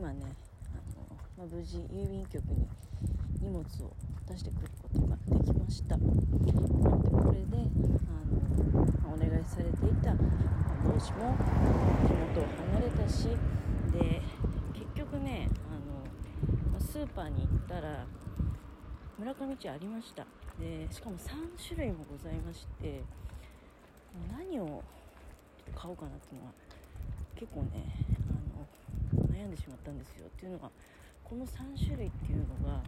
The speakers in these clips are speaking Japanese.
今ね無事郵便局に荷物を出してくることができました。なのでこれでお願いされていた帽子も手元を離れたし、で結局ねスーパーに行ったら村上茶ありました。でしかも3種類もございまして、何を買おうかなっていうのは結構ね悩んでしまったんですよ。っていうのがこの3種類っていうのが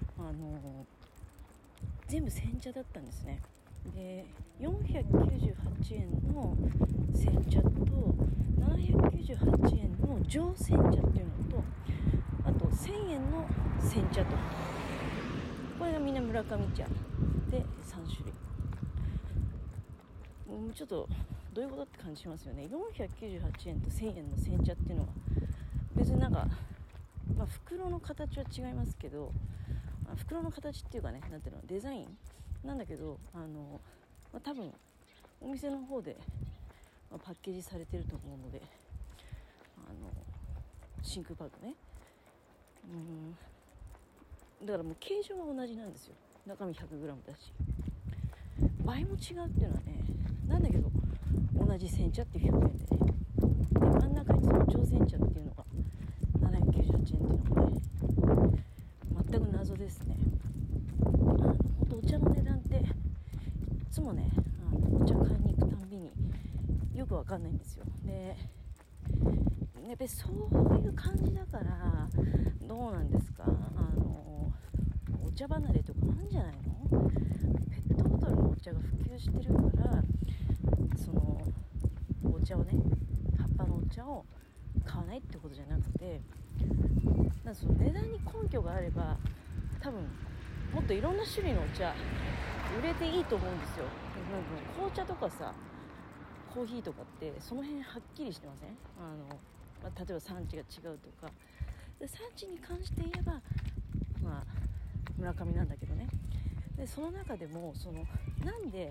全部煎茶だったんですね。で498円の煎茶と798円の上煎茶っていうのと、あと1000円の煎茶と、これがみんな村上茶で3種類。もうちょっとどういうことって感じしますよね。498円と1000円の煎茶っていうのは別に袋の形は違いますけど、袋の形っていうかね、なんていうの、デザインなんだけど多分お店の方でパッケージされてると思うので、真空パックね、だからもう形状は同じなんですよ。中身 100g だし倍も違うっていうのはね、なんだけど同じ煎茶っていう表現でね、で真ん中にその上煎茶っていうのが798円っていうのがね全く謎ですね。本当お茶の値段っていつもねお茶買いに行くたんびによくわかんないんですよ。でやっぱりそういう感じだからどうなんですか、お茶離れとかあるんじゃないの。ペットボトルのお茶が普及してるからそのお茶をね、葉っぱのお茶を買わないってことじゃなくて、その値段に根拠があれば多分もっといろんな種類のお茶売れていいと思うんですよ。紅茶とかさ、コーヒーとかってその辺はっきりしてません？例えば産地が違うとかで、産地に関して言えば村上なんだけどね。でその中でもなんで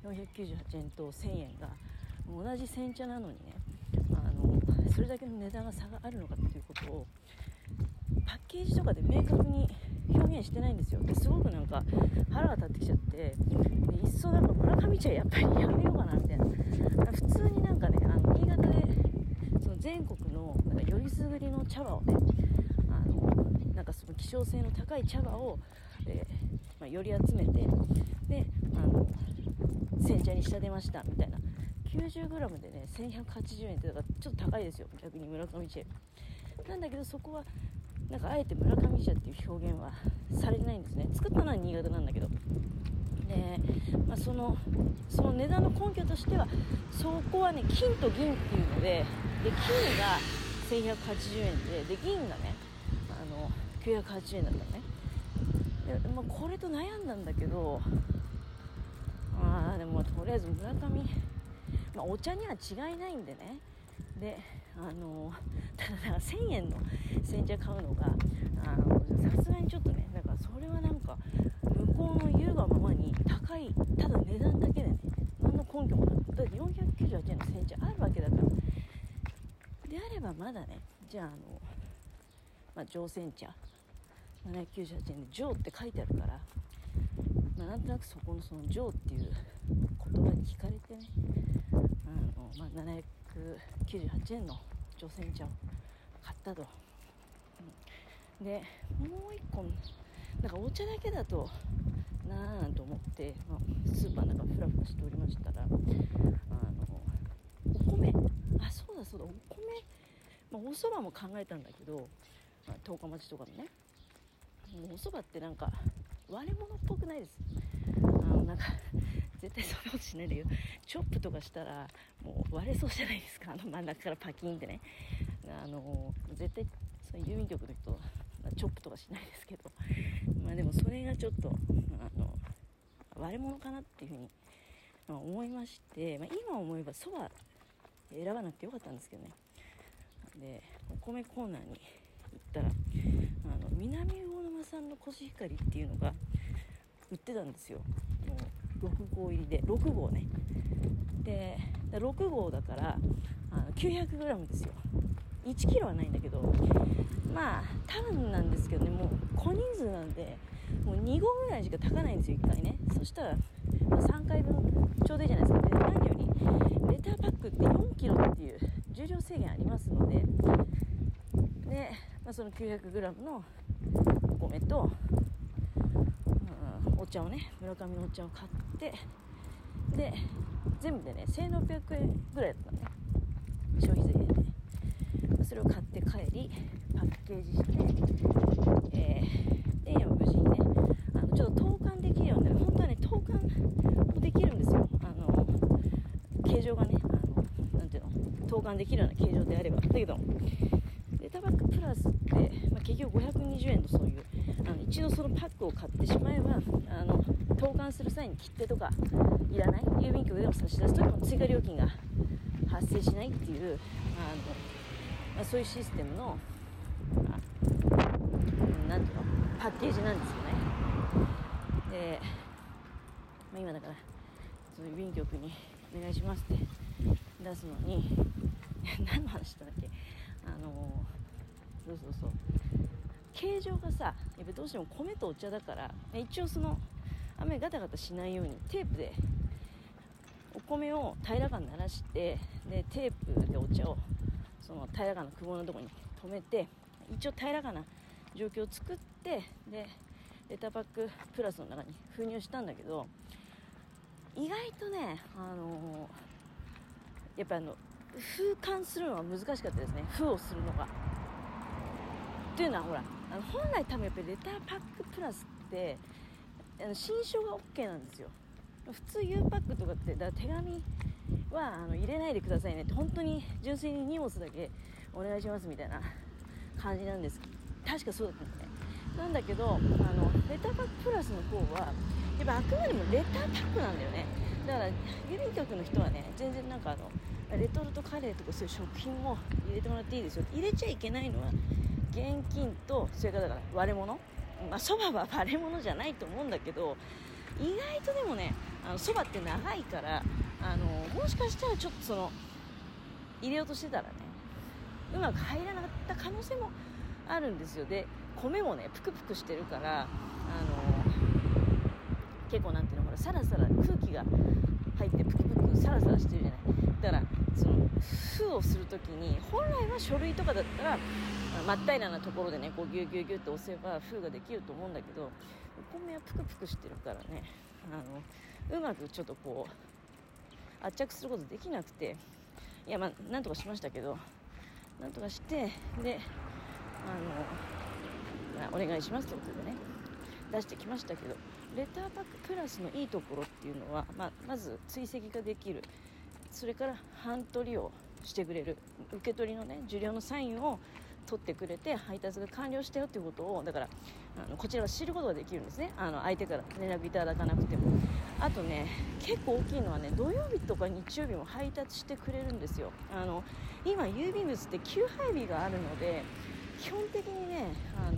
498円と1000円が同じ煎茶なのにねそれだけの値段が差があるのかっていうことをパッケージとかで明確に表現してないんですよ。ですごく腹が立ってきちゃって、でいっそ村上茶やっぱりやめようかなみたいな。普通に新潟でその全国のよりすぐりの茶葉をねその希少性の高い茶葉を、より集めてで煎茶に仕立てましたみたいな。 90g でね1180円ってだからちょっと高いですよ、逆に村上茶なんだけど、そこはあえて村上茶っていう表現はされてないんですね。作ったのは新潟なんだけど。で、その値段の根拠としてはそこはね金と銀っていうので、金が1180円で銀がね980円だったのね。で、これと悩んだんだけど、でもとりあえず村上、お茶には違いないんでね。でただ1000円の煎茶買うのがさすがにちょっとね、それは向こうの言うがままに高い、ただ値段だけでね何の根拠もなく、だって498円の煎茶あるわけだからであればまだね、じゃあ上煎茶798円で上って書いてあるから、なんとなくそこのその上っていう言葉に惹かれてね798円の上煎茶を買ったと。でもう一個お茶だけだとなぁなんて思って、スーパーの中フラフラしておりましたらお米、そうだお米、お蕎麦も考えたんだけど、十日町とかのね、お蕎麦って割れ物っぽくないです。絶対そんなことしないでよ。チョップとかしたらもう割れそうじゃないですか、真ん中からパキンってね。絶対その郵便局の人チョップとかしないですけど、でもそれがちょっと割れ物かなっていうふうに思いまして、今思えばそば選ばなくてよかったんですけどね。でお米コーナーに行ったら南魚沼産のコシヒカリっていうのが売ってたんですよ。もう6合入りで6合ね。で6合だから900g ですよ。 1キロはないんだけど、まあ多分なんですけどね、もう小人数なんでもう2合ぐらいしか炊かないんですよ1回ね。そしたら、3回分ちょうどいいじゃないですか。で何よりレターパックって4キロっていう重量制限ありますので、で、その 900g のお米と、お茶をね、村上のお茶を買って、で全部でね1600円ぐらいだったのね、消費税でね。それを買って帰りパッケージして、で無事にねちょっと投函できるようになる。本当はね投函もできるんですよ、形状がねなんていうの、投函できるような形状であれば。だけどレターパックプラスって、結局520円のそういう一度そのパックを買ってしまえば投函する際に切手とかいらない、郵便局でも差し出すときも追加料金が発生しないっていうそういうシステムのなんていうのパッケージなんですよね。で、今だからその郵便局にお願いしますって出すのに何の話だっけ、そう形状がさ、やっぱどうしても米とお茶だから、一応その雨ガタガタしないようにテープでお米を平らかにならして、でテープでお茶をその平らかなくぼのところに止めて、一応平らかな状況を作って、でレターパックプラスの中に封入したんだけど、意外とねやっぱ封管するのは難しかったですね、封をするのが。っていうのはほら本来多分やっぱりレターパックプラスって新書が OK なんですよ。普通 U パックとかってだから手紙は入れないでくださいねって、本当に純粋に荷物だけお願いしますみたいな感じなんです。確かそうだったんですね。なんだけどレターパックプラスの方はやっぱあくまでもレターパックなんだよね。だから郵便局の人はね全然なんかレトルトカレーとかそういう食品も入れてもらっていいですよ。入れちゃいけないのは現金と、それからだから割れ物、そばは割れ物じゃないと思うんだけど、意外とでもねそばって長いからもしかしたらちょっとその入れようとしてたらねうまく入らなかった可能性もあるんですよ。で米もねプクプクしてるから結構なんていうの、ほらサラサラ空気が入ってプクプクサラサラしてるじゃない。だからその封をするときに本来は書類とかだったら真っ平らなところでねこうギュギュギュって押せば封ができると思うんだけど、お米はプクプクしてるからねうまくちょっとこう圧着することできなくて、いやなんとかしましたけど、なんとかしてでお願いしますということでね出してきましたけど、レターパックプラスのいいところっていうのは、まず追跡ができる、それから半取りをしてくれる、受け取りのね受領のサインを取ってくれて配達が完了したよということをだからこちらは知ることができるんですね。相手から連絡いただかなくても。あとね結構大きいのはね土曜日とか日曜日も配達してくれるんですよ。今郵便物って休配日があるので基本的にね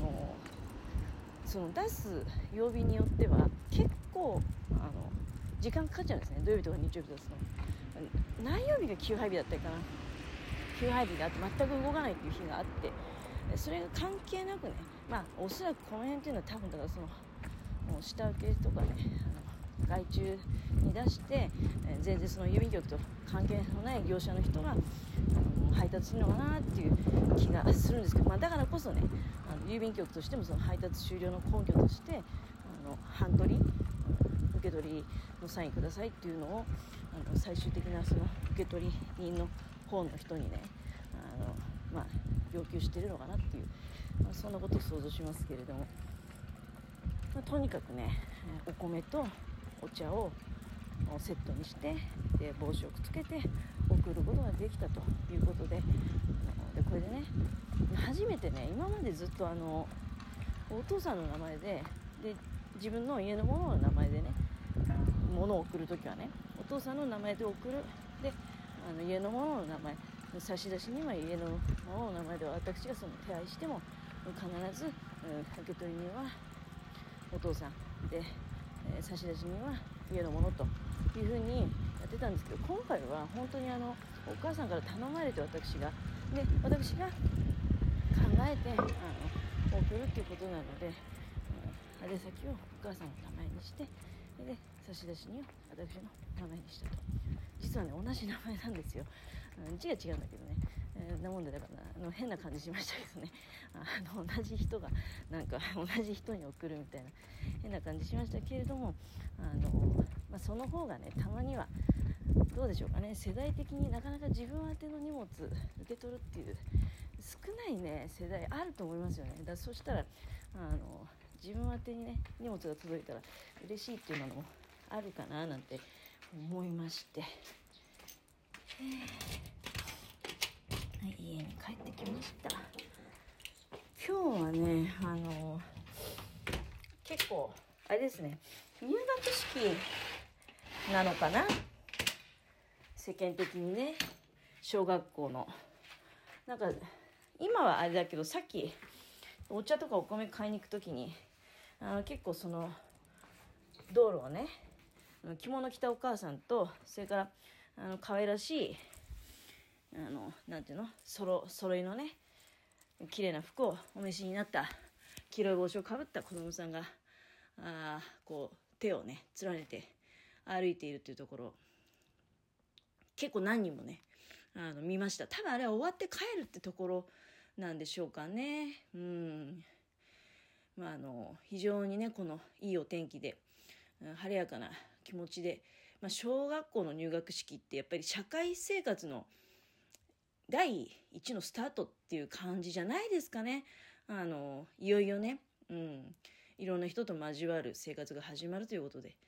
その出す曜日によっては結構時間かかっちゃうんですね。土曜日とか日曜日出すの何曜日が休配日だったかな、休配日があって全く動かないっていう日があって、それが関係なくねおそらくこの辺っていうのは多分だからそのもう下請けとかね外注に出して、全然その郵便局と関係のない業者の人が配達するのかなっていう気がするんですけど、だからこそね郵便局としてもその配達終了の根拠として半取り受け取りのサインくださいっていうのを最終的なその受け取り人の方の人にね要求しているのかなっていう、そんなことを想像しますけれども、とにかくねお米とお茶をセットにしてで帽子をくっつけて送ることができたということで、これでね初めてね、今までずっとお父さんの名前で自分の家のものの名前でね物を送るときはねお父さんの名前で送る、で家のものの名前、差出には家のものの名前で私がその手配しても必ず、受け取り人はお父さんで、差出人は家のものというふうにやってたんですけど、今回は本当にお母さんから頼まれて私がで私が考えて送るっていうことなので、宛先をお母さんの名前にして、で差出人を私の名前にしたと。実はね、同じ名前なんですよ。字が違うんだけどね、なもんでだから変な感じしましたけどね、同じ人がなんか同じ人に送るみたいな変な感じしましたけれども、その方がね、たまにはどうでしょうかね、世代的になかなか自分宛ての荷物受け取るっていう少ないね世代あると思いますよね。そしたら自分宛てにね荷物が届いたら嬉しいっていうのもあるかななんて思いまして、はい、家に帰ってきました。今日はね結構あれですね、入学式なのかな、世間的にね、小学校のなんか今はあれだけど、さっきお茶とかお米買いに行くときに結構その道路をね、着物着たお母さんと、それから可愛らしいなんていうの、揃いのね綺麗な服をお召しになった黄色い帽子をかぶった子供さんがこう手をね連ねて歩いているというところ、結構何人もね見ました。多分あれは終わって帰るってところなんでしょうかね。非常にねこのいいお天気で晴れやかな気持ちで、小学校の入学式ってやっぱり社会生活の第一のスタートっていう感じじゃないですかね。いよいよね、いろんな人と交わる生活が始まるということで、